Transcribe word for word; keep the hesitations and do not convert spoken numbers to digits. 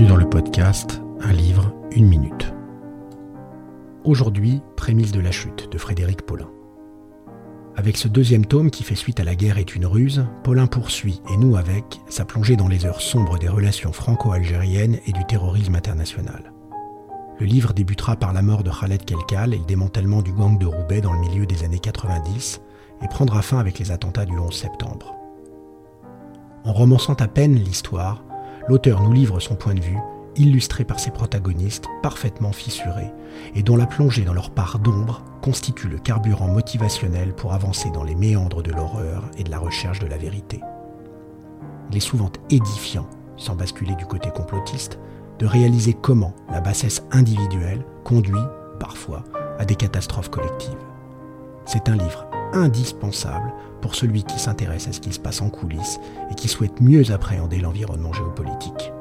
bienvenue dans le podcast Un livre, une minute. Aujourd'hui, Prémices de la chute de Frédéric Paulin. Avec ce deuxième tome qui fait suite à La guerre est une ruse, Paulin poursuit, et nous avec, sa plongée dans les heures sombres des relations franco-algériennes et du terrorisme international. Le livre débutera par la mort de Khaled Kelkal et le démantèlement du gang de Roubaix dans le milieu des années quatre-vingt-dix, et prendra fin avec les attentats du onze septembre. En romançant à peine l'histoire, l'auteur nous livre son point de vue, illustré par ses protagonistes parfaitement fissurés et dont la plongée dans leur part d'ombre constitue le carburant motivationnel pour avancer dans les méandres de l'horreur et de la recherche de la vérité. Il est souvent édifiant, sans basculer du côté complotiste, de réaliser comment la bassesse individuelle conduit, parfois, à des catastrophes collectives. C'est un livre indispensable pour celui qui s'intéresse à ce qui se passe en coulisses et qui souhaite mieux appréhender l'environnement géopolitique.